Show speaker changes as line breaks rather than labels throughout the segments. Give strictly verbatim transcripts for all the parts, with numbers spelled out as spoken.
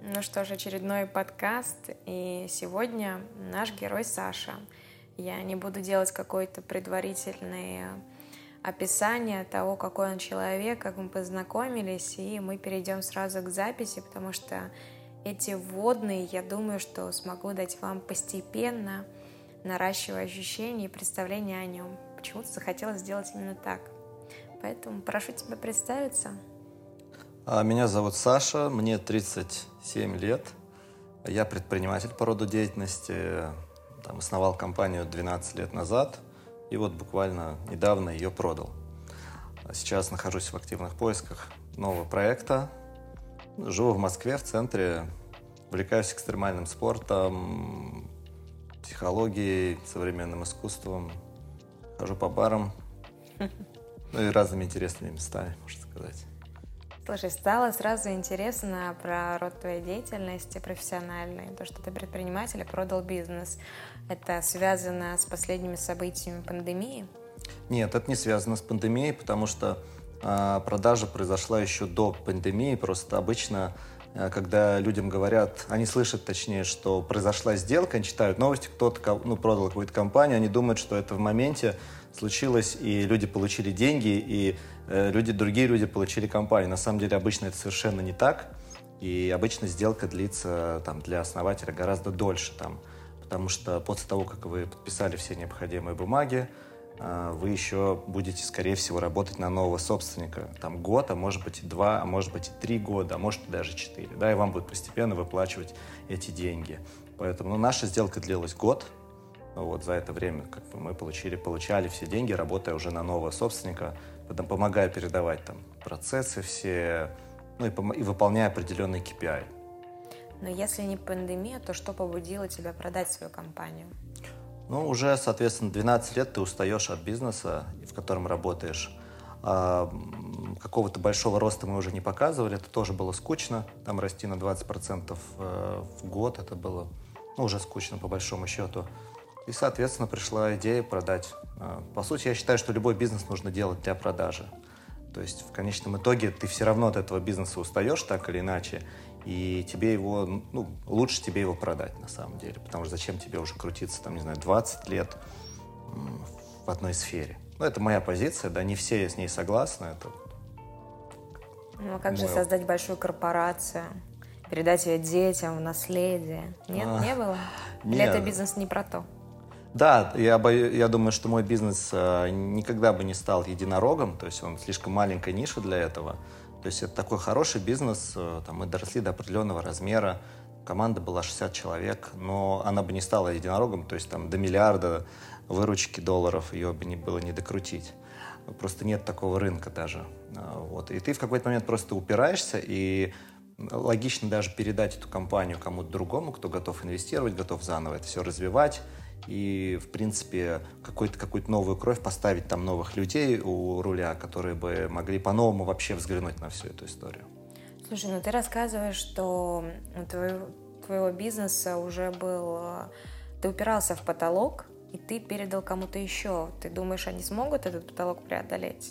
Ну что ж, очередной подкаст, и сегодня наш герой Саша. Я не буду делать какое-то предварительное описание того, какой он человек, как мы познакомились, и мы перейдем сразу к записи, потому что эти вводные, я думаю, что смогу дать вам постепенно, наращивая ощущения и представления о нем. Почему-то захотелось сделать именно так. Поэтому прошу тебя представиться.
Меня зовут Саша, мне тридцать семь лет. Я предприниматель по роду деятельности. Там, основал компанию двенадцать лет назад и вот буквально недавно ее продал. Сейчас нахожусь в активных поисках нового проекта. Живу в Москве, в центре. Увлекаюсь экстремальным спортом, психологией, современным искусством. Хожу по барам, ну и разными интересными местами, можно сказать.
Слушай, стало сразу интересно про род твоей деятельности профессиональной, то, что ты предприниматель и продал бизнес. Это связано с последними событиями пандемии?
Нет, это не связано с пандемией, потому что э, продажа произошла еще до пандемии. Просто обычно, э, когда людям говорят, они слышат, точнее, что произошла сделка, они читают новости, кто-то ну, продал какую-то компанию, они думают, что это в моменте случилось, и люди получили деньги, и э, люди, другие люди получили компанию. На самом деле обычно это совершенно не так, и обычно сделка длится там, для основателя гораздо дольше, там, потому что после того, как вы подписали все необходимые бумаги, э, вы еще будете, скорее всего, работать на нового собственника. Там год, а может быть и два, а может быть и три года, а может и даже четыре. Да, и вам будет постепенно выплачивать эти деньги. Поэтому ну, наша сделка длилась год. Вот за это время как бы, мы получили, получали все деньги, работая уже на нового собственника, потом помогая передавать там, процессы все, ну и, пом- и выполняя определенные кей пи ай.
Но если не пандемия, то что побудило тебя продать свою компанию?
Ну, уже, соответственно, двенадцать лет ты устаешь от бизнеса, в котором работаешь. А, какого-то большого роста мы уже не показывали, это тоже было скучно. Там расти на двадцать процентов в год, это было ну, уже скучно по большому счету. И, соответственно, пришла идея продать. По сути, я считаю, что любой бизнес нужно делать для продажи. То есть, в конечном итоге, ты все равно от этого бизнеса устаешь, так или иначе, и тебе его, ну, лучше тебе его продать, на самом деле. Потому что зачем тебе уже крутиться, там, не знаю, двадцать лет в одной сфере. Ну, это моя позиция, да, не все с ней согласны. Это
Ну, а как же
мой...
создать большую корпорацию, передать ее детям в наследие? Нет,
А,
не было? Или
нет.
это бизнес не про то?
Да, я, бою, я думаю, что мой бизнес э, никогда бы не стал единорогом, то есть он слишком маленькая ниша для этого. То есть это такой хороший бизнес, э, там, мы доросли до определенного размера, команда была шестьдесят человек, но она бы не стала единорогом, то есть там до миллиарда выручки долларов ее бы не было не докрутить. Просто нет такого рынка даже. Вот. И ты в какой-то момент просто упираешься, и логично даже передать эту компанию кому-то другому, кто готов инвестировать, готов заново это все развивать. И, в принципе, какую-то, какую-то новую кровь поставить там новых людей у руля, которые бы могли по-новому вообще взглянуть на всю эту историю.
Слушай, ну ты рассказываешь, что у твоего, твоего бизнеса уже был... Ты упирался в потолок, и ты передал кому-то еще. Ты думаешь, они смогут этот потолок преодолеть?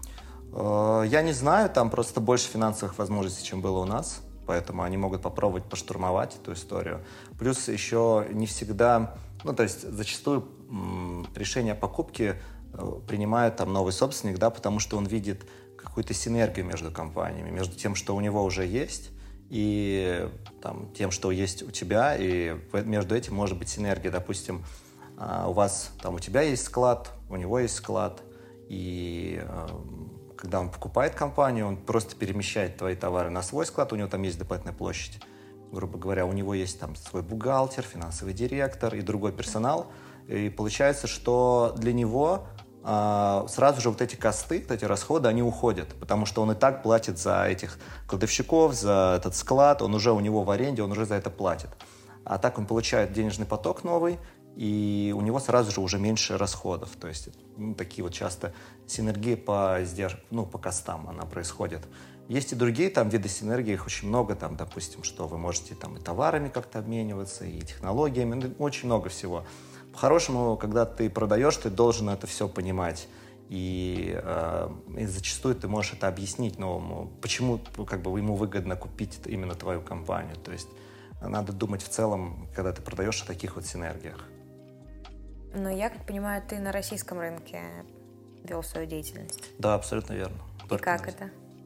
Я не знаю, там просто больше финансовых возможностей, чем было у нас. Поэтому они могут попробовать поштурмовать эту историю. Плюс еще не всегда... Ну, то есть зачастую м, решение о покупке э, принимает там новый собственник, да, потому что он видит какую-то синергию между компаниями, между тем, что у него уже есть, и там, тем, что есть у тебя, и между этим может быть синергия. Допустим, э, у вас, там, у тебя есть склад, у него есть склад, и э, когда он покупает компанию, он просто перемещает твои товары на свой склад, у него там есть дополнительная площадь. Грубо говоря, у него есть там свой бухгалтер, финансовый директор и другой персонал. И получается, что для него э, сразу же вот эти косты, вот эти расходы, они уходят, потому что он и так платит за этих кладовщиков, за этот склад, он уже у него в аренде, он уже за это платит. А так он получает денежный поток новый, и у него сразу же уже меньше расходов. То есть ну, такие вот часто синергии по, издерж... ну, по костам она происходит. Есть и другие там виды синергии, их очень много, там, допустим, что вы можете там и товарами как-то обмениваться, и технологиями, ну, очень много всего. По-хорошему, когда ты продаешь, ты должен это все понимать. И, э, и зачастую ты можешь это объяснить новому, почему как бы, ему выгодно купить именно твою компанию. То есть надо думать в целом, когда ты продаешь, о таких вот синергиях.
Но я, как понимаю, ты на российском рынке вел свою деятельность.
Да, абсолютно верно.
И как это?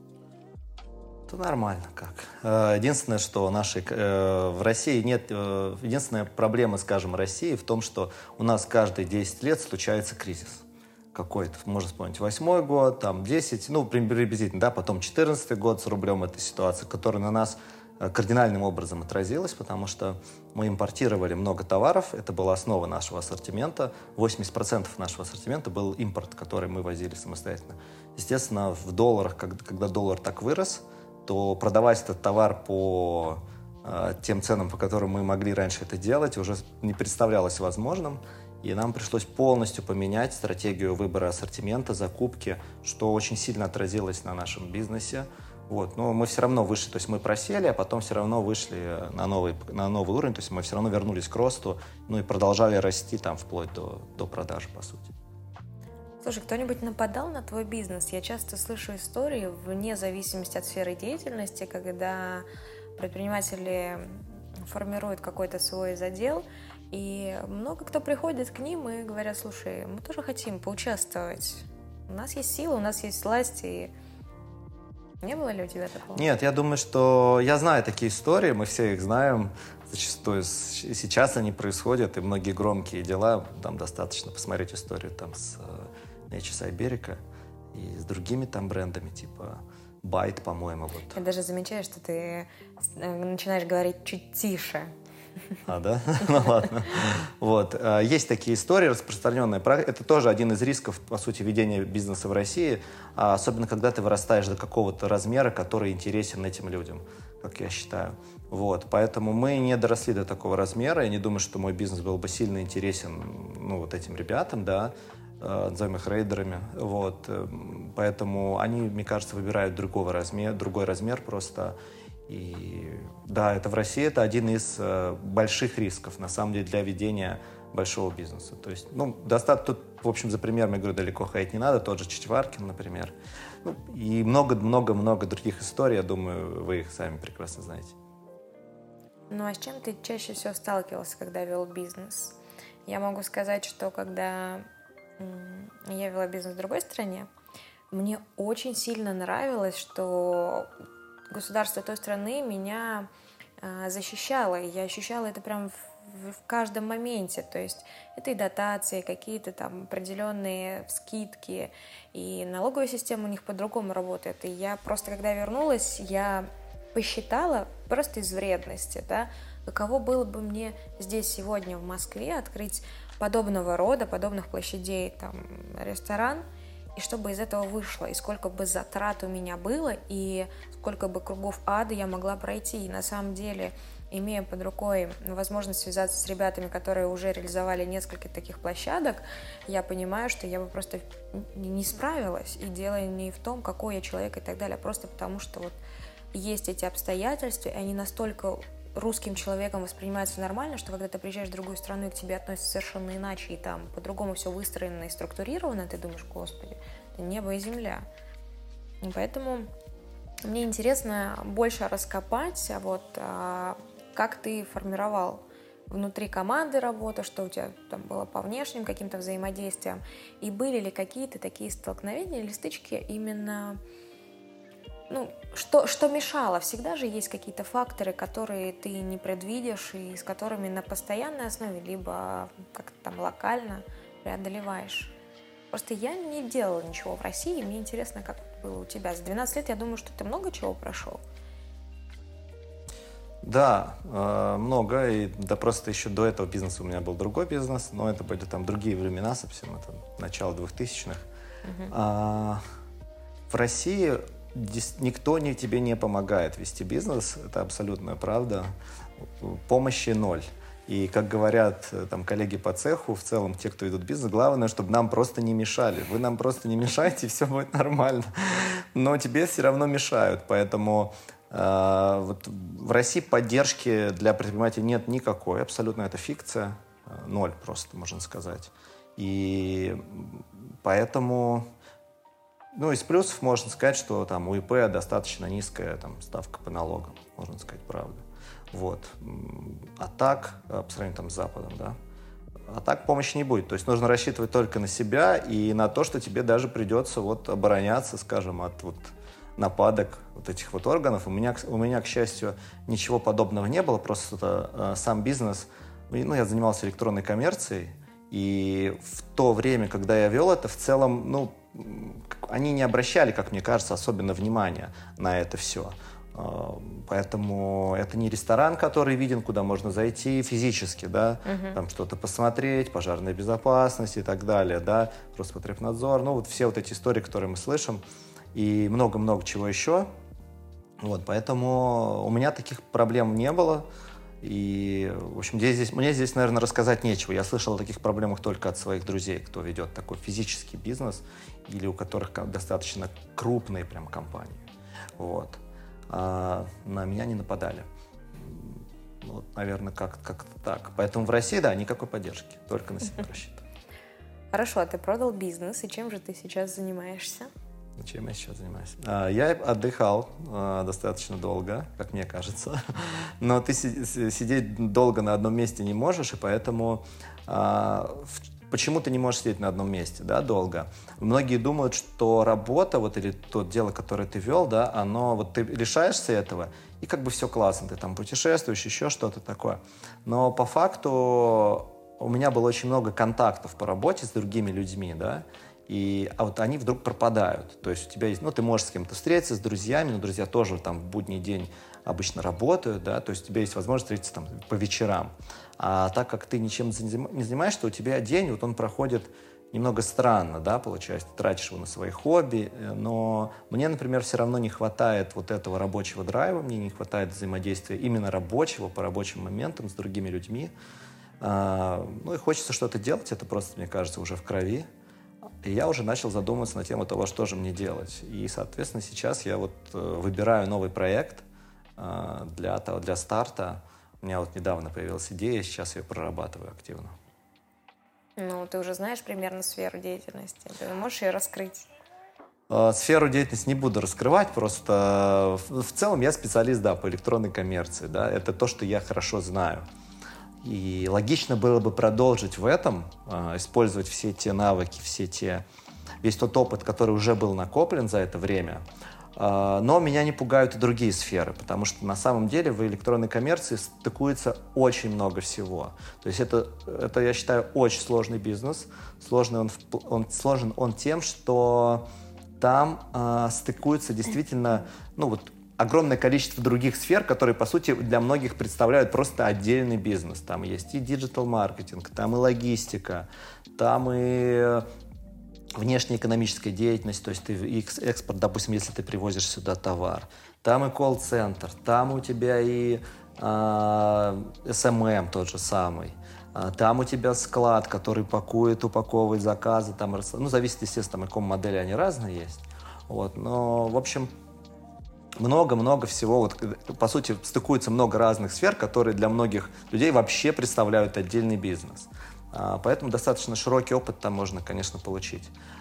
Это нормально как. Единственное, что нашей, в России нет... Единственная проблема, скажем, России в том, что у нас каждые десять лет случается кризис какой-то. Можно вспомнить восьмой год, там десять, ну, приблизительно, да, потом четырнадцатый год с рублем эта ситуация, которая на нас кардинальным образом отразилась, потому что мы импортировали много товаров, это была основа нашего ассортимента. восемьдесят процентов нашего ассортимента был импорт, который мы возили самостоятельно. Естественно, в долларах, когда, когда доллар так вырос, то продавать этот товар по э, тем ценам, по которым мы могли раньше это делать, уже не представлялось возможным. И нам пришлось полностью поменять стратегию выбора ассортимента, закупки, что очень сильно отразилось на нашем бизнесе. Вот. Но мы все равно вышли, то есть мы просели, а потом все равно вышли на новый, на новый уровень, то есть мы все равно вернулись к росту, ну и продолжали расти там вплоть до, до продажи, по сути.
Слушай, кто-нибудь нападал на твой бизнес? Я часто слышу истории вне зависимости от сферы деятельности, когда предприниматели формируют какой-то свой задел, и много кто приходит к ним и говорят: слушай, мы тоже хотим поучаствовать, у нас есть сила, у нас есть власть, и не было ли у тебя такого?
Нет, я думаю, что я знаю такие истории, мы все их знаем, зачастую сейчас они происходят, и многие громкие дела, там достаточно посмотреть историю там с Nature's Iberica и с другими там брендами, типа Byte, по-моему. Вот.
Я даже замечаю, что ты начинаешь говорить чуть тише.
А, да? Ну ладно. Вот. Есть такие истории распространенные. Это тоже один из рисков, по сути, ведения бизнеса в России, особенно когда ты вырастаешь до какого-то размера, который интересен этим людям, как я считаю. Вот. Поэтому мы не доросли до такого размера. Я не думаю, что мой бизнес был бы сильно интересен, ну, вот этим ребятам, да, назовем их рейдерами. Вот. Поэтому они, мне кажется, выбирают другого размер, другой размер просто. И да, это в России это один из э, больших рисков, на самом деле, для ведения большого бизнеса. То есть, ну, достаточно, тут, в общем, за примером, я говорю, далеко ходить не надо, тот же Чичваркин, например. Ну, и много-много-много других историй, я думаю, вы их сами прекрасно знаете.
Ну, а с чем ты чаще всего сталкивался, когда вел бизнес? Я могу сказать, что когда м- я вела бизнес в другой стране, мне очень сильно нравилось, что государство той страны меня э, защищало, и я ощущала это прям в, в каждом моменте, то есть это и дотации, какие-то там определенные скидки, и налоговая система у них по-другому работает, и я просто, когда вернулась, я посчитала просто из вредности, да, каково было бы мне здесь сегодня в Москве открыть подобного рода, подобных площадей там ресторан, и что бы из этого вышло, и сколько бы затрат у меня было, и сколько бы кругов ада я могла пройти. И на самом деле, имея под рукой возможность связаться с ребятами, которые уже реализовали несколько таких площадок, я понимаю, что я бы просто не справилась. И дело не в том, какой я человек и так далее, а просто потому, что вот есть эти обстоятельства, и они настолько русским человеком воспринимаются нормально, что когда ты приезжаешь в другую страну и к тебе относятся совершенно иначе, и там по-другому все выстроено и структурировано, ты думаешь: господи, это небо и земля. И поэтому мне интересно больше раскопать, а вот а, как ты формировал внутри команды работу, что у тебя там было по внешним каким-то взаимодействиям, и были ли какие-то такие столкновения или стычки именно... Ну, что, что мешало? Всегда же есть какие-то факторы, которые ты не предвидишь и с которыми на постоянной основе, либо как-то там локально преодолеваешь. Просто я не делала ничего в России, мне интересно, как было у тебя. За двенадцать лет, я думаю, что ты много чего прошел.
Да, много, и да просто еще до этого бизнеса у меня был другой бизнес, но это были там другие времена совсем, это начало двухтысячных. Uh-huh. А, в России никто не, тебе не помогает вести бизнес, это абсолютная правда. Помощи ноль. И, как говорят там коллеги по цеху, в целом те, кто ведут бизнес, главное, чтобы нам просто не мешали. Вы нам просто не мешаете, и все будет нормально. Но тебе все равно мешают. Поэтому э, вот в России поддержки для предпринимателей нет никакой. Абсолютно это фикция. Ноль просто, можно сказать. И поэтому... Ну, из плюсов можно сказать, что там у ИП достаточно низкая там, ставка по налогам, можно сказать, правда. Вот. А так, по сравнению там, с Западом, да, а так помощи не будет. То есть нужно рассчитывать только на себя и на то, что тебе даже придется вот обороняться, скажем, от вот нападок вот этих вот органов. У меня, у меня, к счастью, ничего подобного не было, просто э, сам бизнес, ну, я занимался электронной коммерцией, и в то время, когда я вел это, в целом, ну, они не обращали, как мне кажется, особенно внимания на это все. Поэтому это не ресторан, который виден, куда можно зайти физически, да, uh-huh. там что-то посмотреть, пожарная безопасность и так далее, да, Роспотребнадзор, ну вот все вот эти истории, которые мы слышим, и много-много чего еще. Вот, поэтому у меня таких проблем не было. И, в общем, здесь, мне здесь, наверное, рассказать нечего. Я слышал о таких проблемах только от своих друзей, кто ведет такой физический бизнес или у которых достаточно крупные прям компании. Вот. А на меня не нападали. Вот, наверное, как- как-то так. Поэтому в России, да, никакой поддержки, только на себя рассчитываю.
Хорошо, а ты продал бизнес, и чем же ты сейчас занимаешься?
Чем я сейчас занимаюсь? Я отдыхал достаточно долго, как мне кажется, но ты сидеть долго на одном месте не можешь, и поэтому почему ты не можешь сидеть на одном месте, да, долго? Многие думают, что работа, вот или то дело, которое ты вел, да, оно, вот ты лишаешься этого, и как бы все классно, ты там путешествуешь, еще что-то такое. Но по факту у меня было очень много контактов по работе с другими людьми, да, и, а вот они вдруг пропадают. То есть у тебя есть, ну, ты можешь с кем-то встретиться, с друзьями, но друзья тоже там в будний день обычно работают, да, то есть у тебя есть возможность встретиться там по вечерам. А так как ты ничем не занимаешься, то у тебя день, вот он проходит немного странно, да, получается, ты тратишь его на свои хобби, но мне, например, все равно не хватает вот этого рабочего драйва, мне не хватает взаимодействия именно рабочего, по рабочим моментам с другими людьми. Ну и хочется что-то делать, это просто, мне кажется, уже в крови. И я уже начал задумываться на тему того, что же мне делать. И, соответственно, сейчас я вот выбираю новый проект для, для старта. У меня вот недавно появилась идея, сейчас я ее прорабатываю активно.
Ну, ты уже знаешь примерно сферу деятельности. Ты можешь ее раскрыть?
Сферу деятельности не буду раскрывать, просто в целом я специалист, да, по электронной коммерции. Да, это то, что я хорошо знаю. И логично было бы продолжить в этом, использовать все те навыки, все те, весь тот опыт, который уже был накоплен за это время. Но меня не пугают и другие сферы, потому что на самом деле в электронной коммерции стыкуется очень много всего. То есть это, это я считаю, очень сложный бизнес. Сложный он, он, сложен он тем, что там э, стыкуются действительно, ну вот, огромное количество других сфер, которые, по сути, для многих представляют просто отдельный бизнес. Там есть и диджитал-маркетинг, там и логистика, там и внешнеэкономическая деятельность, то есть ты экспорт, допустим, если ты привозишь сюда товар. Там и колл-центр, там у тебя и э, эс эм эм тот же самый. Там у тебя склад, который пакует, упаковывает заказы. Там, ну, зависит, естественно, о каком модели они разные есть. Вот, но, в общем, много-много всего, вот, по сути, стыкуется много разных сфер, которые для многих людей вообще представляют отдельный бизнес. Поэтому достаточно широкий опыт там можно, конечно, получить.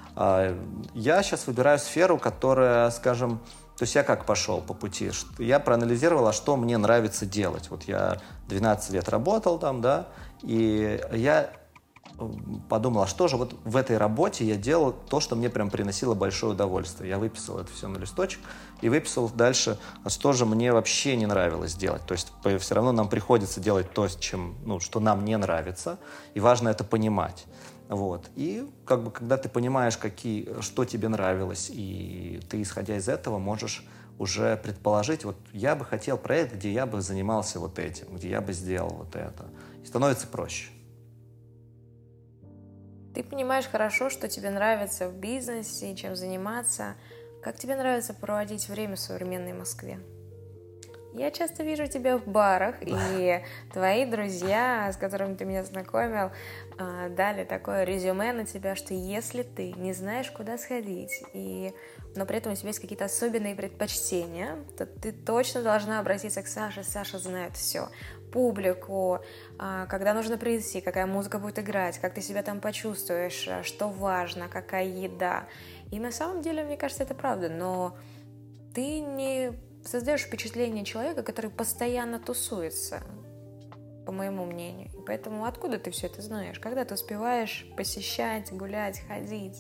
Я сейчас выбираю сферу, которая, скажем, то есть я как пошел по пути? Я проанализировал, а что мне нравится делать. Вот я двенадцать лет работал там, да, и я подумал, а что же вот в этой работе я делал то, что мне прям приносило большое удовольствие. Я выписал это все на листочек и выписал дальше, а что же мне вообще не нравилось делать. То есть все равно нам приходится делать то, чем, ну, что нам не нравится, и важно это понимать. Вот. И как бы, когда ты понимаешь, какие, что тебе нравилось, и ты, исходя из этого, можешь уже предположить, вот я бы хотел проект, где я бы занимался вот этим, где я бы сделал вот это. И становится проще.
Ты понимаешь хорошо, что тебе нравится в бизнесе, чем заниматься. Как тебе нравится проводить время в современной Москве? Я часто вижу тебя в барах, и твои друзья, с которыми ты меня знакомил, дали такое резюме на тебя, что если ты не знаешь, куда сходить, и, но при этом у тебя есть какие-то особенные предпочтения, то ты точно должна обратиться к Саше. Саша знает все. Публику, когда нужно прийти, какая музыка будет играть, как ты себя там почувствуешь, что важно, какая еда. И на самом деле, мне кажется, это правда, но ты не создаешь впечатление человека, который постоянно тусуется, по моему мнению. И поэтому откуда ты все это знаешь? Когда ты успеваешь посещать, гулять, ходить?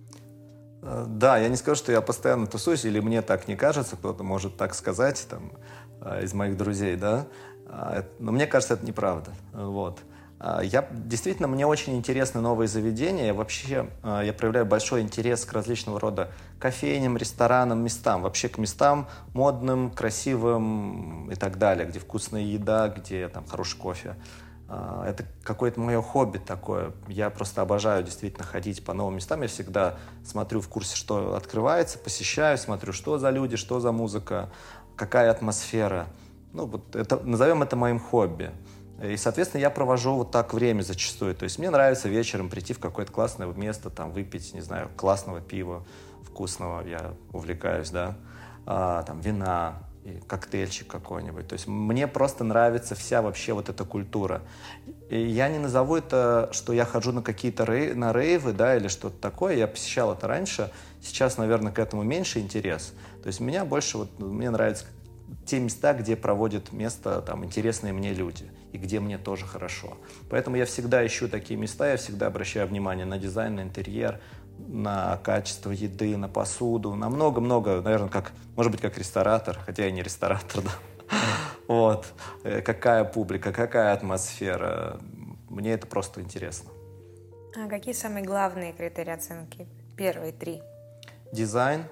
Да, я не скажу, что я постоянно тусуюсь, или мне так не кажется, кто-то может так сказать, там, из моих друзей, да, но мне кажется, это неправда, вот. Я, действительно, мне очень интересны новые заведения, вообще я проявляю большой интерес к различного рода кофейням, ресторанам, местам, вообще к местам модным, красивым и так далее, где вкусная еда, где там хороший кофе. Это какое-то мое хобби такое. Я просто обожаю действительно ходить по новым местам. Я всегда смотрю в курсе, что открывается, посещаю, смотрю, что за люди, что за музыка, какая атмосфера. Ну, вот это, назовем это моим хобби. И, соответственно, я провожу вот так время зачастую. То есть мне нравится вечером прийти в какое-то классное место, там, выпить, не знаю, классного пива, вкусного, я увлекаюсь, да, а, там, вина, и коктейльчик какой-нибудь. То есть мне просто нравится вся вообще вот эта культура. И я не назову это, что я хожу на какие-то рей, на рейвы, да, или что-то такое. Я посещал это раньше. Сейчас, наверное, к этому меньше интерес. То есть меня больше, вот, мне нравятся те места, где проводят место там, интересные мне люди, и где мне тоже хорошо. Поэтому я всегда ищу такие места, я всегда обращаю внимание на дизайн, на интерьер, на качество еды, на посуду, на много-много, наверное, как, может быть, как ресторатор, хотя я не ресторатор, да. Вот. Какая публика, какая атмосфера. Мне это просто интересно.
А какие самые главные критерии оценки? Первые три.
Дизайн,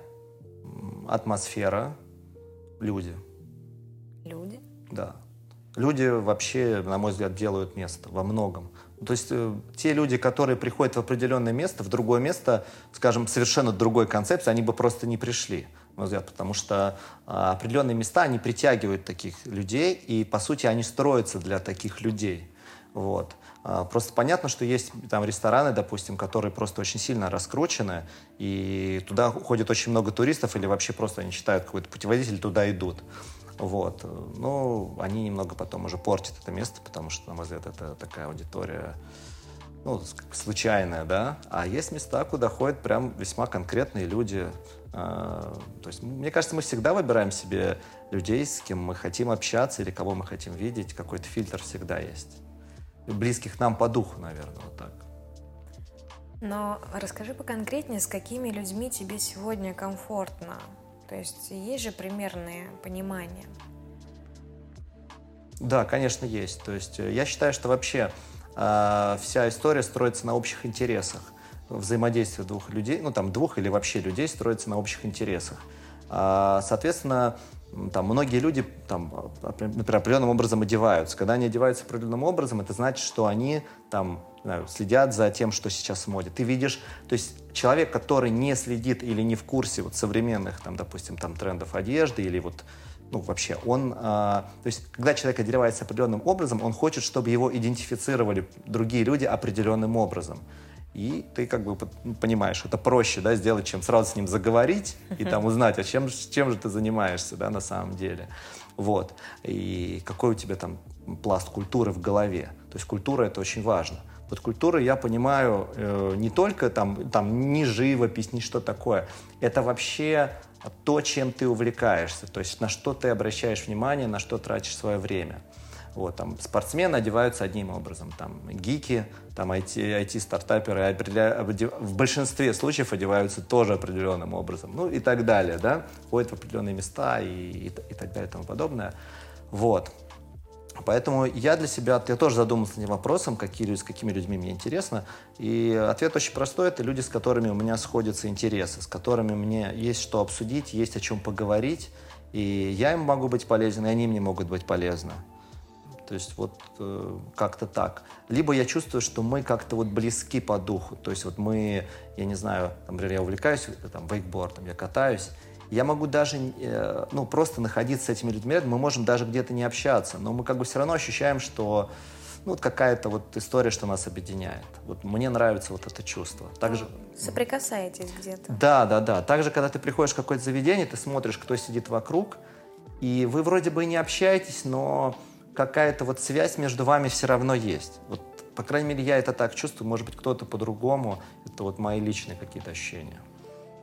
атмосфера, люди.
Люди?
Да. Люди вообще, на мой взгляд, делают место во многом. То есть э, те люди, которые приходят в определенное место, в другое место, скажем, совершенно другой концепции, они бы просто не пришли, на мой взгляд, потому что э, определенные места, они притягивают таких людей, и, по сути, они строятся для таких людей. Вот. А, просто понятно, что есть там рестораны, допустим, которые просто очень сильно раскручены, и туда ходит очень много туристов, или вообще просто они читают какой-то путеводитель, туда идут. Вот. Ну, они немного потом уже портят это место, потому что, на мой взгляд, это такая аудитория, ну, случайная, да. А есть места, куда ходят прям весьма конкретные люди. То есть, мне кажется, мы всегда выбираем себе людей, с кем мы хотим общаться или кого мы хотим видеть. Какой-то фильтр всегда есть. Близких нам по духу, наверное, вот так.
Но расскажи поконкретнее, с какими людьми тебе сегодня комфортно? То есть есть же примерное понимание?
Да, конечно, есть. То есть я считаю, что вообще э, вся история строится на общих интересах. Взаимодействие двух людей, ну там двух или вообще людей строится на общих интересах. Э, соответственно, там многие люди там, например, определенным образом одеваются. Когда они одеваются определенным образом, это значит, что они там, не знаю, следят за тем, что сейчас в моде. Ты видишь, то есть человек, который не следит или не в курсе вот современных, там, допустим, там, трендов одежды или вот, ну, вообще, он, а, то есть, когда человек одевается определенным образом, он хочет, чтобы его идентифицировали другие люди определенным образом. И ты как бы понимаешь, это проще, да, сделать, чем сразу с ним заговорить и там узнать, а чем, чем же ты занимаешься, да, на самом деле. Вот. И какой у тебя там пласт культуры в голове. То есть культура — это очень важно. Под культурой я понимаю э, не только там, там ни живопись, ни что такое. Это вообще то, чем ты увлекаешься. То есть на что ты обращаешь внимание, на что тратишь свое время. Вот, там, спортсмены одеваются одним образом, там, гики, там, ай ти-стартаперы в большинстве случаев одеваются тоже определенным образом, ну и так далее, да, ходят в определенные места и, и, и так далее и тому подобное. Вот. Поэтому я для себя, я тоже задумался над этим вопросом, какие, с какими людьми мне интересно, и ответ очень простой, это люди, с которыми у меня сходятся интересы, с которыми мне есть что обсудить, есть о чем поговорить, и я им могу быть полезен, и они мне могут быть полезны. То есть вот э, как-то так. Либо я чувствую, что мы как-то вот близки по духу. То есть вот мы, я не знаю, там, например, я увлекаюсь там, вейкбордом, я катаюсь. Я могу даже, э, ну, просто находиться с этими людьми, мы можем даже где-то не общаться, но мы как бы все равно ощущаем, что ну, вот какая-то вот история, что нас объединяет. Вот мне нравится вот это чувство. Также...
Соприкасаетесь где-то.
Да, да, да. Также, когда ты приходишь в какое-то заведение, ты смотришь, кто сидит вокруг, и вы вроде бы и не общаетесь, но какая-то вот связь между вами все равно есть. Вот, по крайней мере, я это так чувствую. Может быть, кто-то по-другому. Это вот мои личные какие-то ощущения.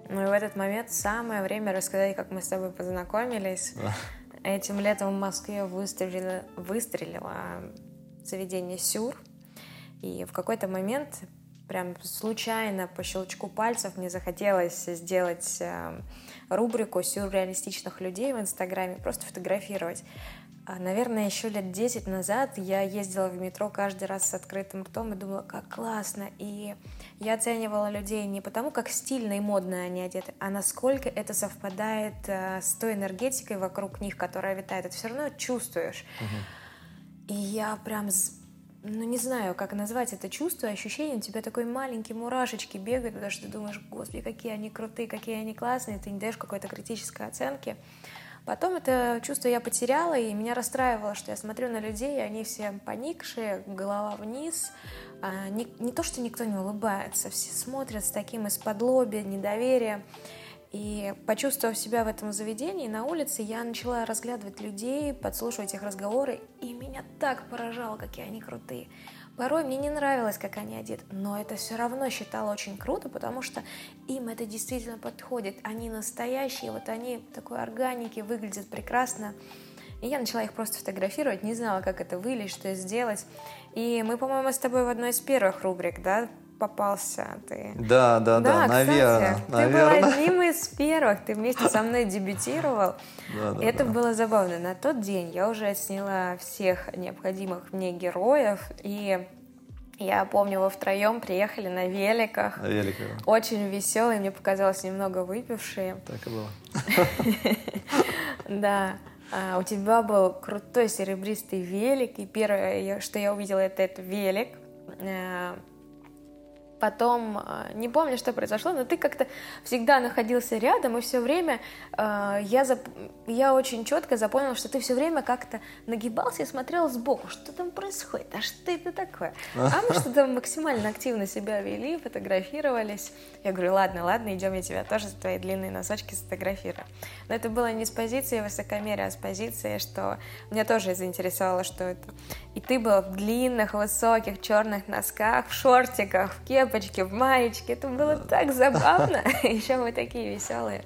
Ну и в этот момент самое время рассказать, как мы с тобой познакомились. Этим летом в Москве выстрелило, выстрелило заведение «Сюр». И в какой-то момент, прям случайно, по щелчку пальцев, мне захотелось сделать рубрику сюрреалистичных людей в Инстаграме, просто фотографировать. Наверное, еще лет десять назад я ездила в метро каждый раз с открытым ртом и думала, как классно. И я оценивала людей не потому, как стильно и модно они одеты, а насколько это совпадает с той энергетикой вокруг них, которая витает. Это все равно чувствуешь. Угу. И я прям, ну не знаю, как назвать это чувство, ощущение, у тебя такой маленький мурашечки бегают, потому что ты думаешь, господи, какие они крутые, какие они классные, ты не даешь какой-то критической оценки. Потом это чувство я потеряла, и меня расстраивало, что я смотрю на людей, и они все поникшие, голова вниз. А, не, не то, что никто не улыбается, все смотрят с таким из-под-лобья, недоверием. И почувствовав себя в этом заведении, на улице, я начала разглядывать людей, подслушивать их разговоры, и меня так поражало, какие они крутые. Порой мне не нравилось, как они одеты, но это все равно считала очень круто, потому что им это действительно подходит. Они настоящие, вот они такой органики, выглядят прекрасно. И я начала их просто фотографировать, не знала, как это вылить, что сделать. И мы, по-моему, с тобой в одной из первых рубрик, да, попался ты.
Да, да, да, да, наверное.
Кстати,
наверное.
Ты был одним из первых, ты вместе со мной дебютировал.
Да, да,
и это
да.
было забавно. На тот день я уже сняла всех необходимых мне героев, и я помню, вы втроем приехали на великах.
На великах.
Очень веселые, мне показалось, немного выпившие.
Так и было.
Да. У тебя был крутой серебристый велик, и первое, что я увидела, это этот велик. Потом, не помню, что произошло, но ты как-то всегда находился рядом, и все время э, я, зап... я очень четко запомнила, что ты все время как-то нагибался и смотрел сбоку, что там происходит, а что это такое? А мы что-то максимально активно себя вели, фотографировались. Я говорю, ладно, ладно, идем, я тебя тоже за твои длинные носочки сфотографирую. Но это было не с позиции высокомерия, а с позиции, что меня тоже заинтересовало, что это. И ты был в длинных, высоких, черных носках, в шортиках, в кепочке, в маечке. Это было так забавно. Еще мы такие веселые.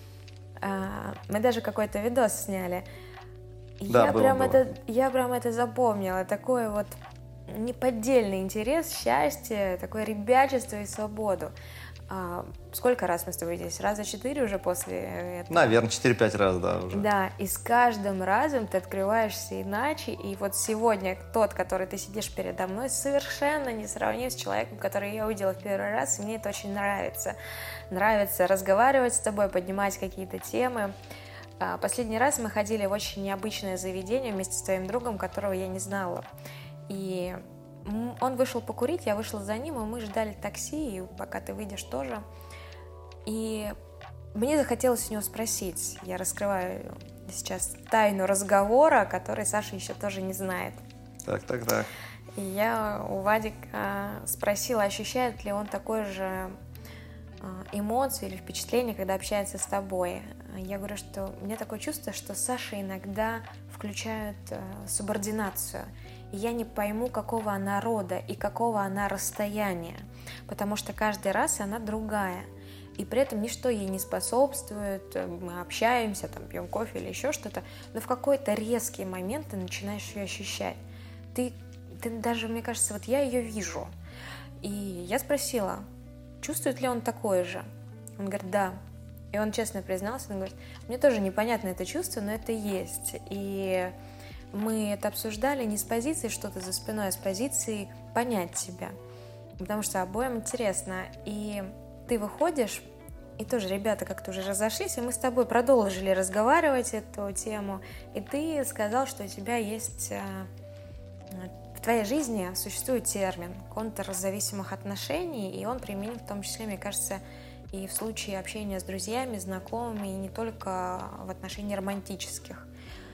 Мы даже какой-то видос сняли.
Да,
я,
было,
прям
было.
Это, я прям это запомнила. Такой вот неподдельный интерес, счастье, такое ребячество и свободу. А, сколько раз мы с тобой здесь? Раза четыре уже после этого?
Наверное, четыре-пять раз, да, уже.
Да, и с каждым разом ты открываешься иначе, и вот сегодня тот, который ты сидишь передо мной, совершенно не сравним с человеком, который я увидела в первый раз, и мне это очень нравится. Нравится разговаривать с тобой, поднимать какие-то темы. А, последний раз мы ходили в очень необычное заведение вместе с твоим другом, которого я не знала. И он вышел покурить, я вышла за ним, и мы ждали такси, и пока ты выйдешь тоже. И мне захотелось у него спросить, я раскрываю сейчас тайну разговора, который Саша еще тоже не знает.
Так, так, так.
И я у Вадика спросила, ощущает ли он такое же эмоции или впечатление, когда общается с тобой. Я говорю, что у меня такое чувство, что Саша иногда включает субординацию. И я не пойму, какого она рода и какого она расстояния, потому что каждый раз она другая. И при этом ничто ей не способствует, мы общаемся, там, пьем кофе или еще что-то, но в какой-то резкий момент ты начинаешь ее ощущать. Ты, ты даже, мне кажется, вот я ее вижу. И я спросила, чувствует ли он такое же? Он говорит, да. И он честно признался, он говорит, мне тоже непонятно это чувство, но это есть. И мы это обсуждали не с позиции что-то за спиной, а с позиции понять себя. Потому что обоим интересно. И ты выходишь, и тоже ребята как-то уже разошлись, и мы с тобой продолжили разговаривать эту тему. И ты сказал, что у тебя есть... В твоей жизни существует термин «контур зависимых отношений», и он применим в том числе, мне кажется, и в случае общения с друзьями, знакомыми, и не только в отношениях романтических.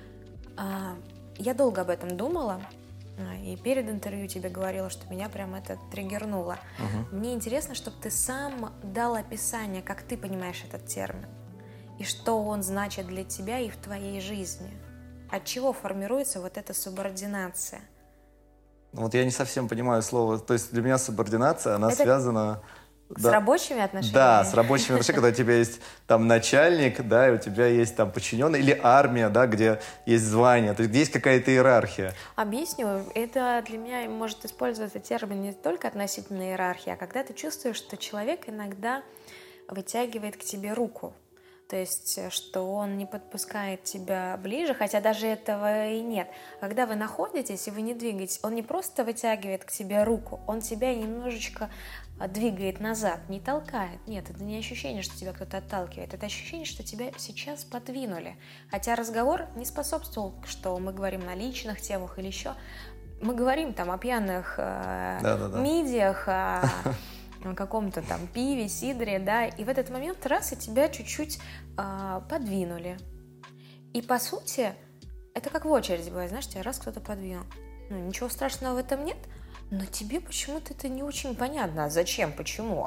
Я долго об этом думала, и перед интервью тебе говорила, что меня прям это триггернуло. Угу. Мне интересно, чтобы ты сам дал описание, как ты понимаешь этот термин, и что он значит для тебя и в твоей жизни. От чего формируется вот эта субординация?
Вот я не совсем понимаю слово. То есть для меня субординация, она
это...
связана
С
да,
рабочими отношениями?
Да, с рабочими отношениями, когда у тебя есть там начальник, да, и у тебя есть там подчиненный, или армия, да, где есть звание, то есть есть какая-то иерархия.
Объясню. Это для меня может использоваться термин не только относительно иерархии, а когда ты чувствуешь, что человек иногда вытягивает к тебе руку. То есть, что он не подпускает тебя ближе, хотя даже этого и нет. Когда вы находитесь и вы не двигаетесь, он не просто вытягивает к тебе руку, он тебя немножечко двигает назад, не толкает. Нет, это не ощущение, что тебя кто-то отталкивает, это ощущение, что тебя сейчас подвинули. Хотя разговор не способствовал, что мы говорим на личных темах или еще. Мы говорим там о пьяных э, мидиях, о каком-то там пиве, сидре, да, и в этот момент раз и тебя чуть-чуть э, подвинули. И по сути, это как в очереди бывает, знаешь, тебя раз кто-то подвинул. Ну, ничего страшного в этом нет, но тебе почему-то это не очень понятно. А зачем, почему?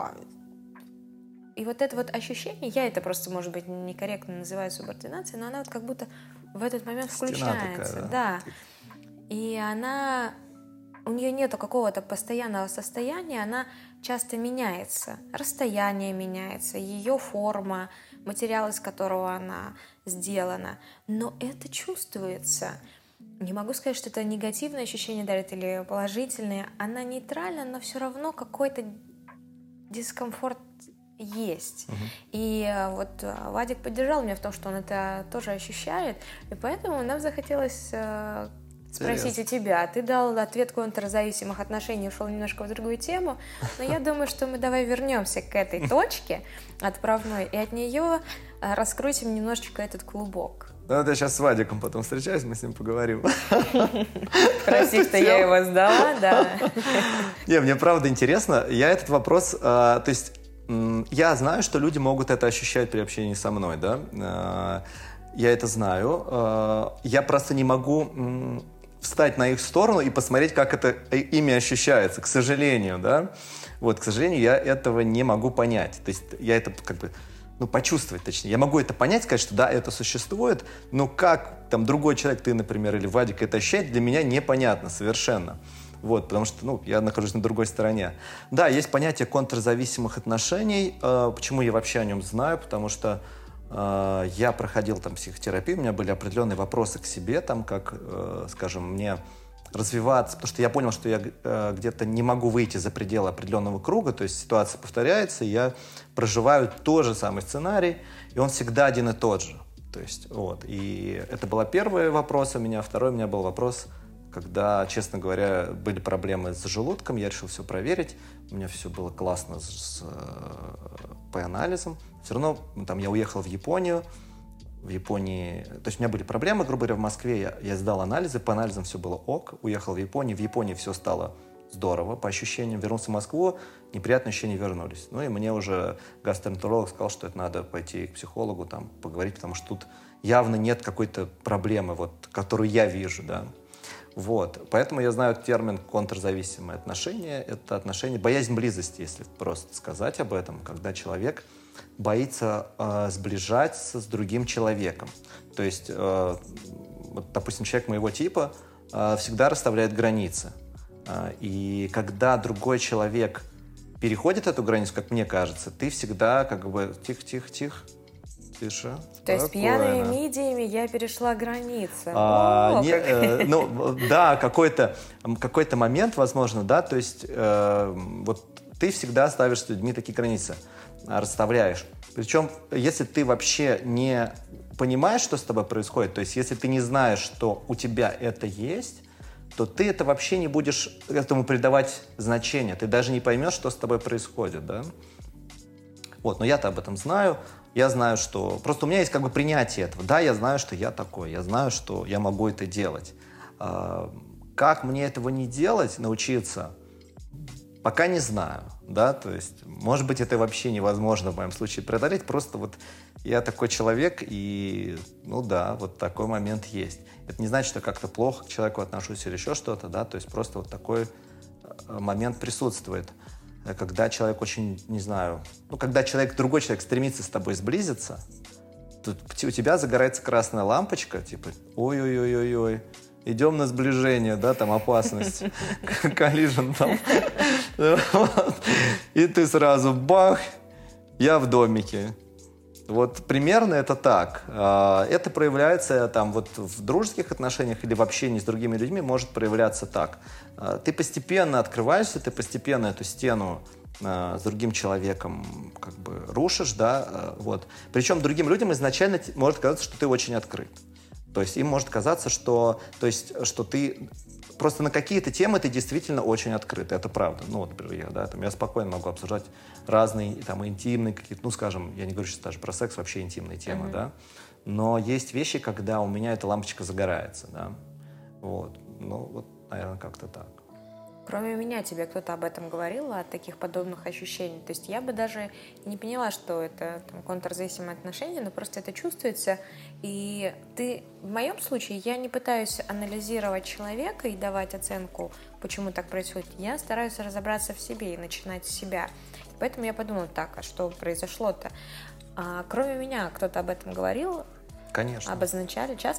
И вот это вот ощущение, я это просто, может быть, некорректно называю субординацией, но она вот как будто в этот момент Стена включается. Такая, да. да. И она... У нее нету какого-то постоянного состояния, она часто меняется. Расстояние меняется, ее форма, материал, из которого она сделана. Но это чувствуется. Не могу сказать, что это негативное ощущение дарит или положительное. Она нейтральна, но все равно какой-то дискомфорт есть. Угу. И вот Вадик поддержал меня в том, что он это тоже ощущает. И поэтому нам захотелось... спросить у тебя. Ты дал ответ контрзависимых отношений, ушел немножко в другую тему, но я думаю, что мы давай вернемся к этой точке отправной и от нее раскрутим немножечко этот клубок.
Ну, вот я сейчас с Вадиком потом встречаюсь, мы с ним поговорим.
Прости, что я его сдала, да.
Не, мне правда интересно. Я этот вопрос, то есть я знаю, что люди могут это ощущать при общении со мной, да. Я это знаю. Я просто не могу встать на их сторону и посмотреть, как это ими ощущается, к сожалению, да. Вот, к сожалению, я этого не могу понять. То есть я это как бы, ну, почувствовать, точнее. Я могу это понять, сказать, что да, это существует, но как там другой человек, ты, например, или Вадик, это ощущает, для меня непонятно совершенно. Вот, потому что, ну, я нахожусь на другой стороне. Да, есть понятие контрзависимых отношений. Почему я вообще о нем знаю? Потому что я проходил там психотерапию, у меня были определенные вопросы к себе, там, как, скажем, мне развиваться, потому что я понял, что я где-то не могу выйти за пределы определенного круга, то есть ситуация повторяется, и я проживаю тот же самый сценарий, и он всегда один и тот же. То есть, вот. И это был первый вопрос у меня, второй у меня был вопрос, когда, честно говоря, были проблемы с желудком, я решил все проверить, у меня все было классно с, с П-анализом. Все равно там, я уехал в Японию, в Японии, то есть у меня были проблемы, грубо говоря, в Москве, я, я сдал анализы, по анализам все было ок, уехал в Японию, в Японии все стало здорово, по ощущениям, вернулся в Москву, неприятные ощущения вернулись. Ну и мне уже гастроэнтеролог сказал, что это надо пойти к психологу, там, поговорить, потому что тут явно нет какой-то проблемы, вот, которую я вижу, да. Вот. Поэтому я знаю термин контрзависимые отношения. Это отношения, боязнь близости, если просто сказать об этом, когда человек боится э, сближаться с другим человеком. То есть, э, вот, допустим, человек моего типа э, всегда расставляет границы. Э, и когда другой человек переходит эту границу, как мне кажется, ты всегда как бы тихо-тихо-тихо, тише.
То есть пьяными мидиями я перешла границы.
А, О, не, э, ну, да, какой-то, какой-то момент, возможно, да, то есть э, вот ты всегда ставишь с людьми такие границы, расставляешь. Причем, если ты вообще не понимаешь, что с тобой происходит, то есть если ты не знаешь, что у тебя это есть, то ты это вообще не будешь этому придавать значения. Ты даже не поймешь, что с тобой происходит, да. Вот, но я-то об этом знаю. Я знаю, что... Просто у меня есть как бы принятие этого. Да, я знаю, что я такой. Я знаю, что я могу это делать. Как мне этого не делать, научиться, пока не знаю. Да? То есть, может быть, это вообще невозможно в моем случае преодолеть. Просто вот я такой человек, и, ну да, вот такой момент есть. Это не значит, что я как-то плохо к человеку отношусь или еще что-то, да, то есть просто вот такой момент присутствует. Когда человек очень, не знаю, ну, когда человек, другой человек стремится с тобой сблизиться, то у тебя загорается красная лампочка, типа, ой-ой-ой-ой-ой, идем на сближение, да, там опасность, коллижен там. И ты сразу бах, я в домике. Вот примерно это так. Это проявляется там вот в дружеских отношениях или в общении с другими людьми может проявляться так. Ты постепенно открываешься, ты постепенно эту стену с другим человеком как бы рушишь, да, вот. Причем другим людям изначально может казаться, что ты очень открыт. То есть им может казаться, что, то есть, что ты просто на какие-то темы ты действительно очень открыт, это правда. Ну, вот, например, я, да, там, я спокойно могу обсуждать разные там интимные какие-то, ну, скажем, я не говорю сейчас даже про секс, вообще интимные темы, mm-hmm. да. Но есть вещи, когда у меня эта лампочка загорается, да. Вот, ну, вот, наверное, как-то так.
Кроме меня, тебе кто-то об этом говорил, о таких подобных ощущениях? То есть я бы даже не поняла, что это там, контрзависимые отношения, но просто это чувствуется. И ты, в моем случае, я не пытаюсь анализировать человека и давать оценку, почему так происходит. Я стараюсь разобраться в себе и начинать с себя. И поэтому я подумала, так, а что произошло-то? А, кроме меня, кто-то об этом говорил?
Конечно.
Обозначали часто?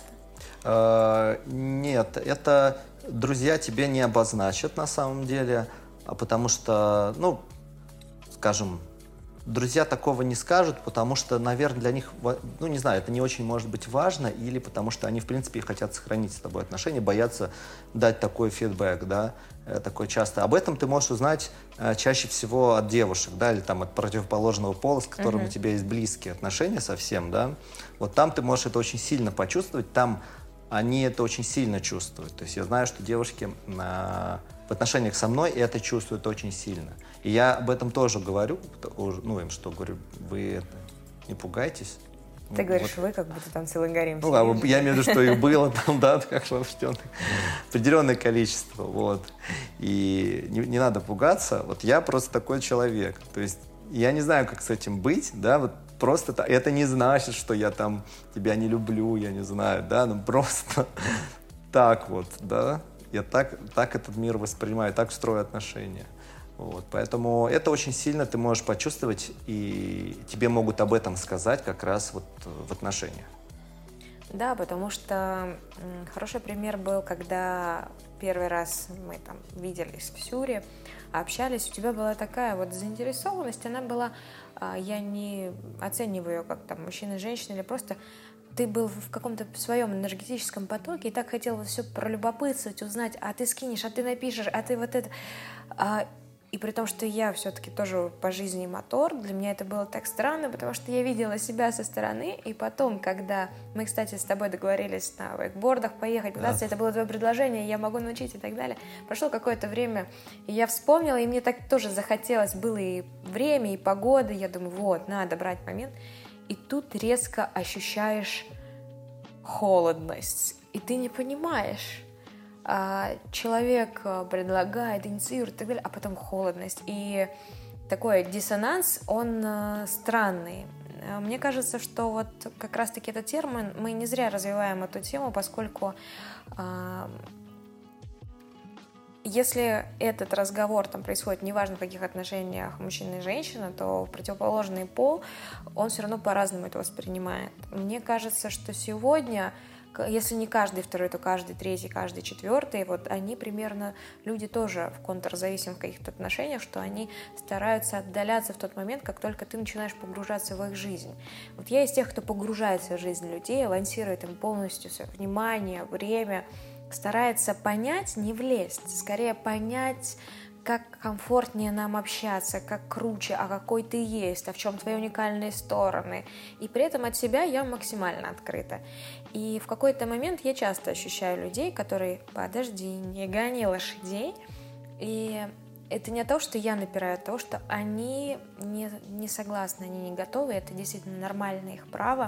Uh, нет, это друзья тебе не обозначат на самом деле, потому что, ну, скажем, друзья такого не скажут, потому что, наверное, для них, ну, не знаю, это не очень может быть важно, или потому что они, в принципе, хотят сохранить с тобой отношения, боятся дать такой фидбэк, да, такой часто. Об этом ты можешь узнать чаще всего от девушек, да, или там от противоположного пола, с которым uh-huh. у тебя есть близкие отношения совсем, да. Вот там ты можешь это очень сильно почувствовать, там они это очень сильно чувствуют. То есть я знаю, что девушки на... в отношениях со мной это чувствуют очень сильно. И я об этом тоже говорю, ну, им что, говорю, вы это, не пугайтесь.
Ты вот. Говоришь, вы как будто там целый гарем.
Ну, а я имею в виду, что их было там, да, как определенное количество, вот. И не, не надо пугаться, вот я просто такой человек. То есть я не знаю, как с этим быть, да, вот просто это не значит, что я там тебя не люблю, я не знаю, да, ну просто так вот, да, я так, так этот мир воспринимаю, так строю отношения. Вот, поэтому это очень сильно ты можешь почувствовать, и тебе могут об этом сказать как раз вот в отношениях.
Да, потому что хороший пример был, когда первый раз мы там виделись в Сюре, общались, у тебя была такая вот заинтересованность, она была, я не оцениваю ее как там мужчина, женщина, или просто ты был в каком-то своем энергетическом потоке и так хотел вот все пролюбопытствовать, узнать, а ты скинешь, а ты напишешь, а ты вот это... И при том, что я все-таки тоже по жизни мотор, для меня это было так странно, потому что я видела себя со стороны, и потом, когда мы, кстати, с тобой договорились на вейкбордах поехать, кататься, да. Это было твое предложение, я могу научить и так далее. Прошло какое-то время, и я вспомнила, и мне так тоже захотелось, было и время, и погода, я думаю, вот, надо брать момент. И тут резко ощущаешь холодность, и ты не понимаешь. Человек предлагает, инициирует и так далее, а потом холодность. И такой диссонанс, он странный. Мне кажется, что вот как раз-таки этот термин, мы не зря развиваем эту тему, поскольку если этот разговор там происходит, неважно в каких отношениях мужчина и женщина, то противоположный пол, он все равно по-разному это воспринимает. Мне кажется, что сегодня... Если не каждый второй, то каждый третий, каждый четвертый, вот они примерно, люди тоже в контрзависимых каких-то отношениях, что они стараются отдаляться в тот момент, как только ты начинаешь погружаться в их жизнь. Вот я из тех, кто погружается в жизнь людей, лансирует им полностью свое внимание, время, старается понять, не влезть, скорее понять, как комфортнее нам общаться, как круче, а какой ты есть, а в чем твои уникальные стороны. И при этом от себя я максимально открыта. И в какой-то момент я часто ощущаю людей, которые, подожди, не гони лошадей. И это не то, что я напираю, а то, что они не, не согласны, они не готовы, это действительно нормальное их право.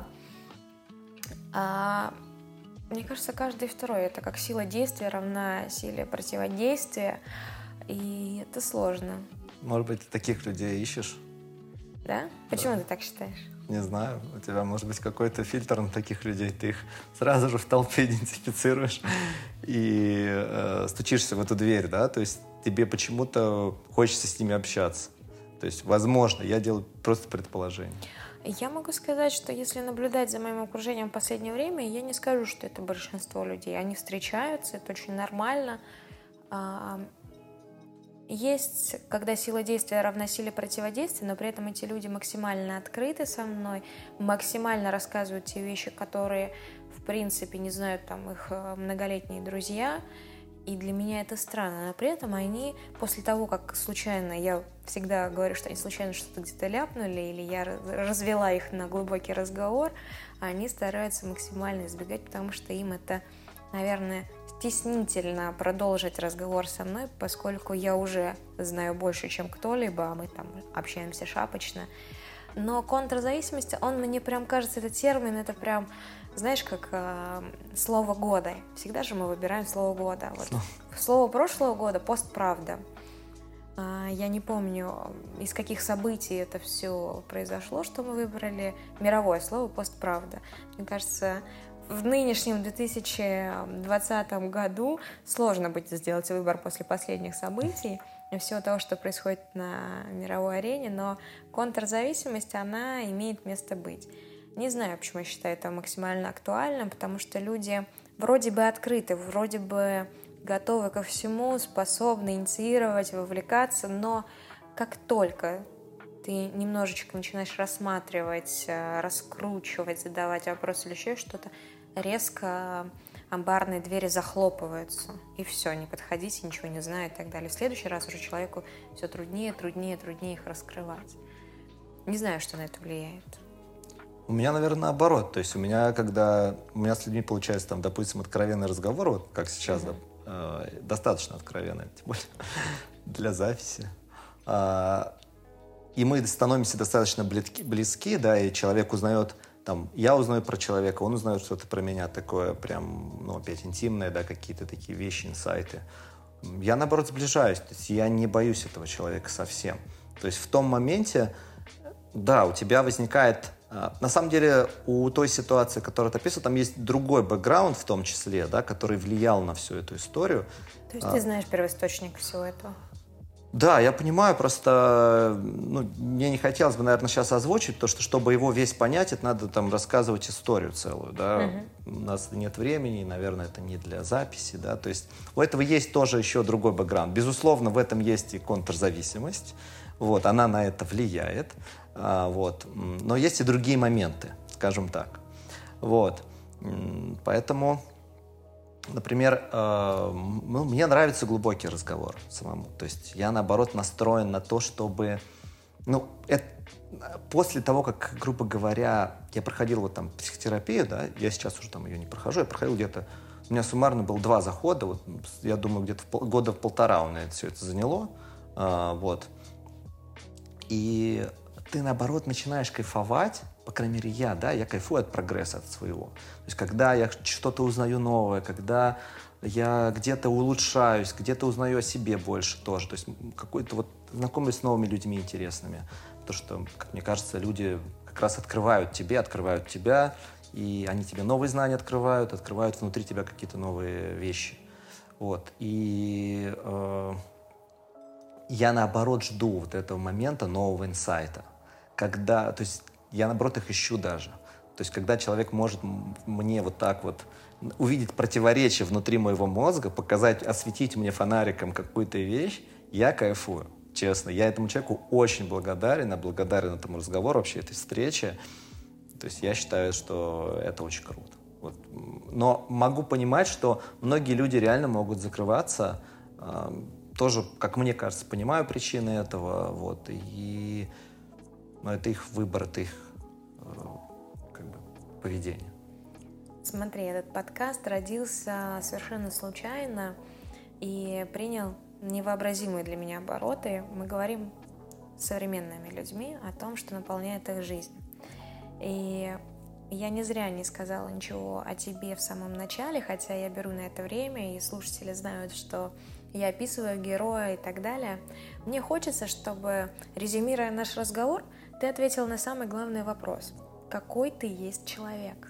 А мне кажется, каждый второй, это как сила действия равна силе противодействия. И это сложно.
Может быть, ты таких людей ищешь?
Да? Почему
да.
ты так считаешь?
Не знаю. У тебя может быть какой-то фильтр на таких людей. Ты их сразу же в толпе идентифицируешь и э, стучишься в эту дверь, да? То есть тебе почему-то хочется с ними общаться. То есть, возможно, я делаю просто предположение.
Я могу сказать, что если наблюдать за моим окружением в последнее время, я не скажу, что это большинство людей. Они встречаются, это очень нормально. А, Есть, когда сила действия равна силе противодействия, но при этом эти люди максимально открыты со мной, максимально рассказывают те вещи, которые, в принципе, не знают там их э, многолетние друзья. И для меня это странно, но при этом они, после того, как случайно, я всегда говорю, что они случайно что-то где-то ляпнули, или я развела их на глубокий разговор, они стараются максимально избегать, потому что им это, наверное, стеснительно продолжить разговор со мной, поскольку я уже знаю больше, чем кто-либо, а мы там общаемся шапочно. Но контрзависимость, он мне прям кажется, этот термин, это прям, знаешь, как э, слово года. Всегда же мы выбираем слово года. Вот. Слово прошлого года — постправда. Э, я не помню, из каких событий это все произошло, что мы выбрали мировое слово постправда. Мне кажется, в нынешнем две тысячи двадцатом году сложно будет сделать выбор после последних событий и всего того, что происходит на мировой арене, но контрзависимость, она имеет место быть. Не знаю, почему я считаю это максимально актуальным, потому что люди вроде бы открыты, вроде бы готовы ко всему, способны инициировать, вовлекаться, но как только ты немножечко начинаешь рассматривать, раскручивать, задавать вопросы или еще что-то, резко амбарные двери захлопываются, и все, не подходите, ничего не знаю и так далее. В следующий раз уже человеку все труднее, труднее, труднее их раскрывать. Не знаю, что на это влияет.
У меня, наверное, наоборот. То есть у меня, когда у меня с людьми получается, там, допустим, откровенный разговор, вот как сейчас, mm-hmm. да, э, достаточно откровенный, тем более для записи. А, и мы становимся достаточно близки, близки, да, и человек узнает, там, я узнаю про человека, он узнает что-то про меня такое прям, ну, опять интимное, да, какие-то такие вещи, инсайты. Я, наоборот, сближаюсь, то есть я не боюсь этого человека совсем. То есть в том моменте, да, у тебя возникает... На самом деле, у той ситуации, которую ты описывал, там есть другой бэкграунд в том числе, да, который влиял на всю эту историю.
То есть а... ты знаешь первоисточник всего этого?
Да, я понимаю, просто ну, мне не хотелось бы, наверное, сейчас озвучить то, что чтобы его весь понять, это надо там рассказывать историю целую, да. Uh-huh. У нас нет времени, и, наверное, это не для записи, да. То есть у этого есть тоже еще другой бэкграунд. Безусловно, в этом есть и контрзависимость, вот, она на это влияет, а, вот. Но есть и другие моменты, скажем так, вот. Поэтому... Например, э, ну, мне нравится глубокий разговор самому. То есть я, наоборот, настроен на то, чтобы... Ну, это, после того, как, грубо говоря, я проходил вот там психотерапию, да, я сейчас уже там ее не прохожу, я проходил где-то... У меня суммарно было два захода, вот, я думаю, где-то в пол, года в полтора у меня это все это заняло. Э, вот. И ты, наоборот, начинаешь кайфовать, по крайней мере, я, да, я кайфую от прогресса, от своего. То есть, когда я что-то узнаю новое, когда я где-то улучшаюсь, где-то узнаю о себе больше тоже, то есть, какой-то вот знакомлюсь с новыми людьми интересными. То, что, как мне кажется, люди как раз открывают тебе, открывают тебя, и они тебе новые знания открывают, открывают внутри тебя какие-то новые вещи. Вот. И э, я, наоборот, жду вот этого момента нового инсайта. Когда, то есть, я, наоборот, их ищу даже. То есть, когда человек может мне вот так вот увидеть противоречие внутри моего мозга, показать, осветить мне фонариком какую-то вещь, я кайфую, честно. Я этому человеку очень благодарен, я благодарен этому разговору, вообще этой встрече. То есть, я считаю, что это очень круто. Вот. Но могу понимать, что многие люди реально могут закрываться. Тоже, как мне кажется, понимаю причины этого. Вот. И... Но это их выбор, это их как бы, поведение.
Смотри, этот подкаст родился совершенно случайно и принял невообразимые для меня обороты. Мы говорим с современными людьми о том, что наполняет их жизнь. И я не зря не сказала ничего о тебе в самом начале, хотя я беру на это время, и слушатели знают, что я описываю героя и так далее. Мне хочется, чтобы, резюмируя наш разговор, ты ответил на самый главный вопрос. Какой ты есть человек?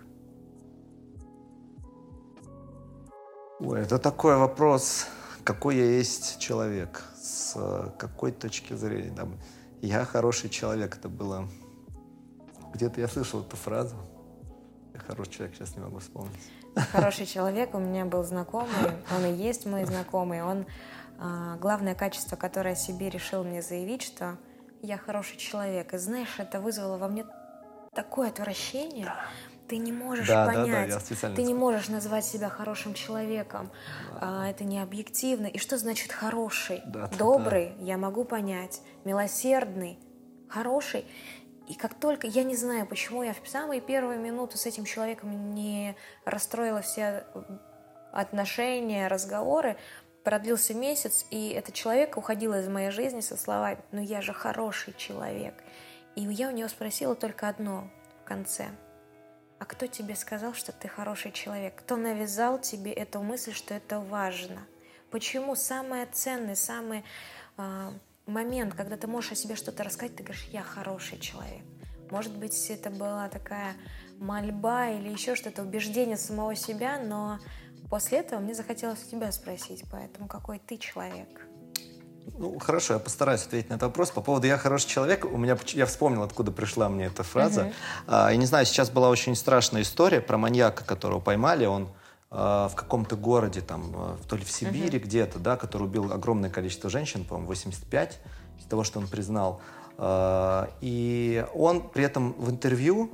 Ой, это такой вопрос, какой я есть человек, с какой точки зрения. Там, я хороший человек, это было Где-то я слышал эту фразу. Я хороший человек, сейчас не могу вспомнить.
Хороший человек, у меня был знакомый, он и есть мой знакомый, он, главное качество, которое о себе решил мне заявить, что я хороший человек. И знаешь, это вызвало во мне такое отвращение. Ты не можешь
да,
понять,
да, да, я специально
ты не можешь назвать себя хорошим человеком. Да. Это не объективно. И что значит хороший?
Да,
Добрый,
да.
я могу понять. Милосердный, хороший. И как только, я не знаю, почему я в самые первые минуты с этим человеком не расстроила все отношения, разговоры, продлился месяц, и этот человек уходил из моей жизни со словами: «Ну я же хороший человек». И я у него спросила только одно в конце: а кто тебе сказал, что ты хороший человек? Кто навязал тебе эту мысль, что это важно? Почему самое ценное, самый э, момент, когда ты можешь о себе что-то рассказать, ты говоришь: я хороший человек? Может быть, это была такая мольба или еще что-то, убеждение самого себя, но после этого мне захотелось у тебя спросить, поэтому какой ты человек?
Ну, хорошо, я постараюсь ответить на этот вопрос. По поводу «я хороший человек», у меня, я вспомнил, откуда пришла мне эта фраза. Uh-huh. А, я не знаю, сейчас была очень страшная история про маньяка, которого поймали. Он а, в каком-то городе, там, то ли в Сибири, uh-huh. где-то, да, который убил огромное количество женщин, по-моему, восемьдесят пять, из того, что он признал. А, и он при этом в интервью...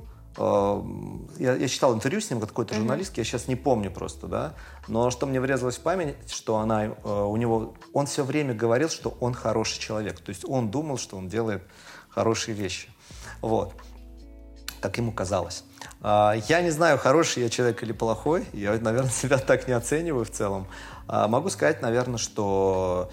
Я, я читал интервью с ним, какой-то журналистский, я сейчас не помню просто, да, но что мне врезалось в память, что она, у него, он все время говорил, что он хороший человек, то есть он думал, что он делает хорошие вещи, вот, как ему казалось. Я не знаю, хороший я человек или плохой, я, наверное, себя так не оцениваю в целом. Могу сказать, наверное, что...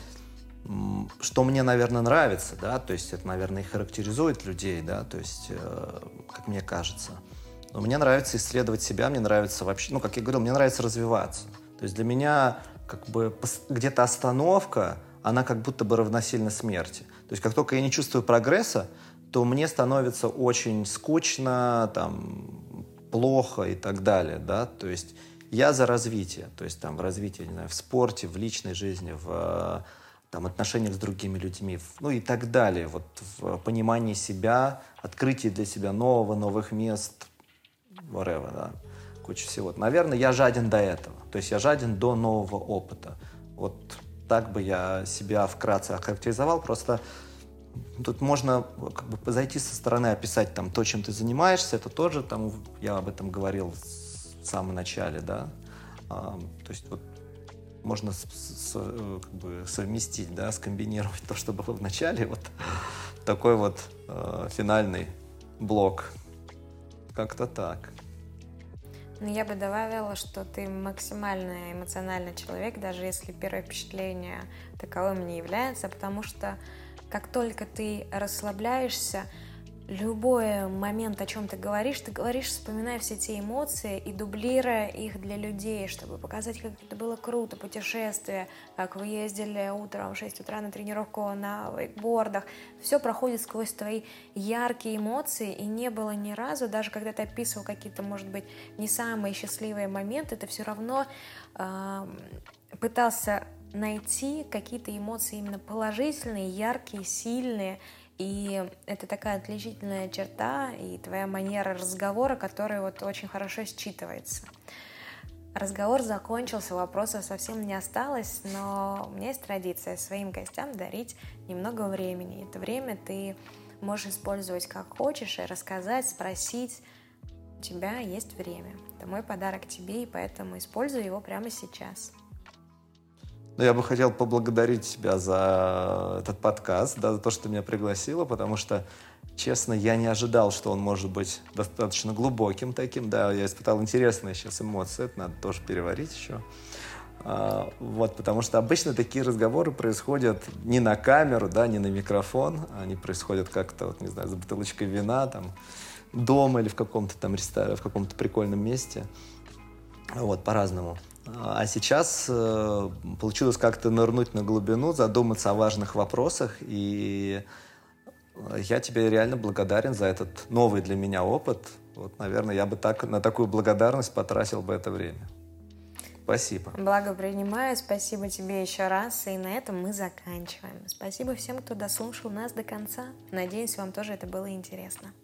что мне, наверное, нравится, да, то есть это, наверное, и характеризует людей, да, то есть, э, как мне кажется. Но мне нравится исследовать себя, мне нравится вообще, ну, как я говорил, мне нравится развиваться. То есть для меня как бы где-то остановка, она как будто бы равносильна смерти. То есть как только я не чувствую прогресса, то мне становится очень скучно, там, плохо и так далее, да, то есть я за развитие, то есть там в развитии, не знаю, в спорте, в личной жизни, в там, отношениях с другими людьми, ну и так далее, вот в понимании себя, открытии для себя нового, новых мест, whatever, да, куча всего. Наверное, я жаден до этого, то есть я жаден до нового опыта. Вот так бы я себя вкратце охарактеризовал, просто тут можно как бы зайти со стороны, описать там то, чем ты занимаешься, это тоже, там, я об этом говорил в самом начале, да, а, то есть вот можно с, с, как бы совместить, да, скомбинировать то, что было в начале, вот такой вот э, финальный блок. Как-то так.
Ну, я бы добавила, что ты максимально эмоциональный человек, даже если первое впечатление таковым не является, потому что как только ты расслабляешься, любой момент, о чем ты говоришь, ты говоришь, вспоминая все те эмоции и дублируя их для людей, чтобы показать, как это было круто, путешествие, как вы ездили утром в шесть утра на тренировку на вейкбордах. Все проходит сквозь твои яркие эмоции, и не было ни разу, даже когда ты описывал какие-то, может быть, не самые счастливые моменты, ты все равно э, пытался найти какие-то эмоции именно положительные, яркие, сильные. И это такая отличительная черта и твоя манера разговора, которая вот очень хорошо считывается. Разговор закончился, вопросов совсем не осталось, но у меня есть традиция своим гостям дарить немного времени. Это время ты можешь использовать как хочешь и рассказать, спросить. У тебя есть время. Это мой подарок тебе, и поэтому используй его прямо сейчас.
Ну, я бы хотел поблагодарить тебя за этот подкаст, да, за то, что ты меня пригласила, потому что, честно, я не ожидал, что он может быть достаточно глубоким таким. Да, я испытал интересные сейчас эмоции, это надо тоже переварить еще. А, вот, потому что обычно такие разговоры происходят не на камеру, да, не на микрофон, они происходят как-то, вот, не знаю, за бутылочкой вина, там, дома или в каком-то там ресторане, в каком-то прикольном месте. Вот, по-разному. А сейчас э, получилось как-то нырнуть на глубину, задуматься о важных вопросах, и я тебе реально благодарен за этот новый для меня опыт. Вот, наверное, я бы так, на такую благодарность потратил бы это время. Спасибо.
Благо принимаю, спасибо тебе еще раз, и на этом мы заканчиваем. Спасибо всем, кто дослушал нас до конца. Надеюсь, вам тоже это было интересно.